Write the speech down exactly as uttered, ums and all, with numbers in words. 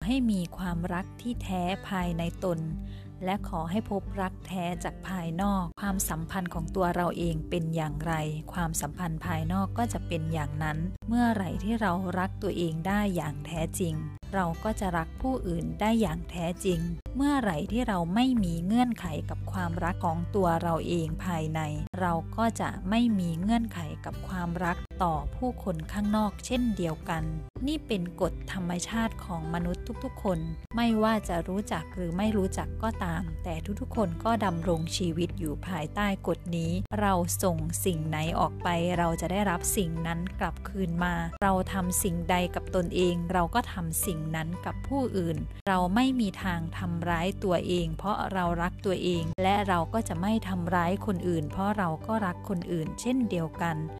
ให้มีความรักที่แท้ภายในตนและขอให้พบรักแท้จากภายนอกความสัมพันธ์ของตัวเราเองเป็นอย่างไรความสัมพันธ์ภายนอกก็จะเป็นอย่างนั้นเมื่อไหร่ที่เรารักตัวเองได้อย่างแท้จริงเราก็จะรักผู้อื่นได้อย่างแท้จริงเมื่อไหร่ที่เราไม่มีเงื่อนไขกับความรักของตัวเราเองภายในเราก็จะไม่มีเงื่อนไขกับความรักต่อผู้คนข้างนอกเช่นเดียวกันนี่เป็นกฎธรรมชาติของมนุษย์ทุกๆคนไม่ว่าจะรู้จักหรือไม่รู้จักก็ตามแต่ทุกๆคนก็ดำรงชีวิตอยู่ภายใต้กฎนี้เราส่งสิ่งไหนออกไปเราจะได้รับสิ่งนั้นกลับคืนมาเราทำสิ่งใดกับตนเองเราก็ทำสิ่งนั้นกับผู้อื่นเราไม่มีทางทำร้ายตัวเองเพราะเรารักตัวเองและเราก็จะไม่ทำร้ายคนอื่นเพราะเราก็รักคนอื่นเช่นเดียวกัน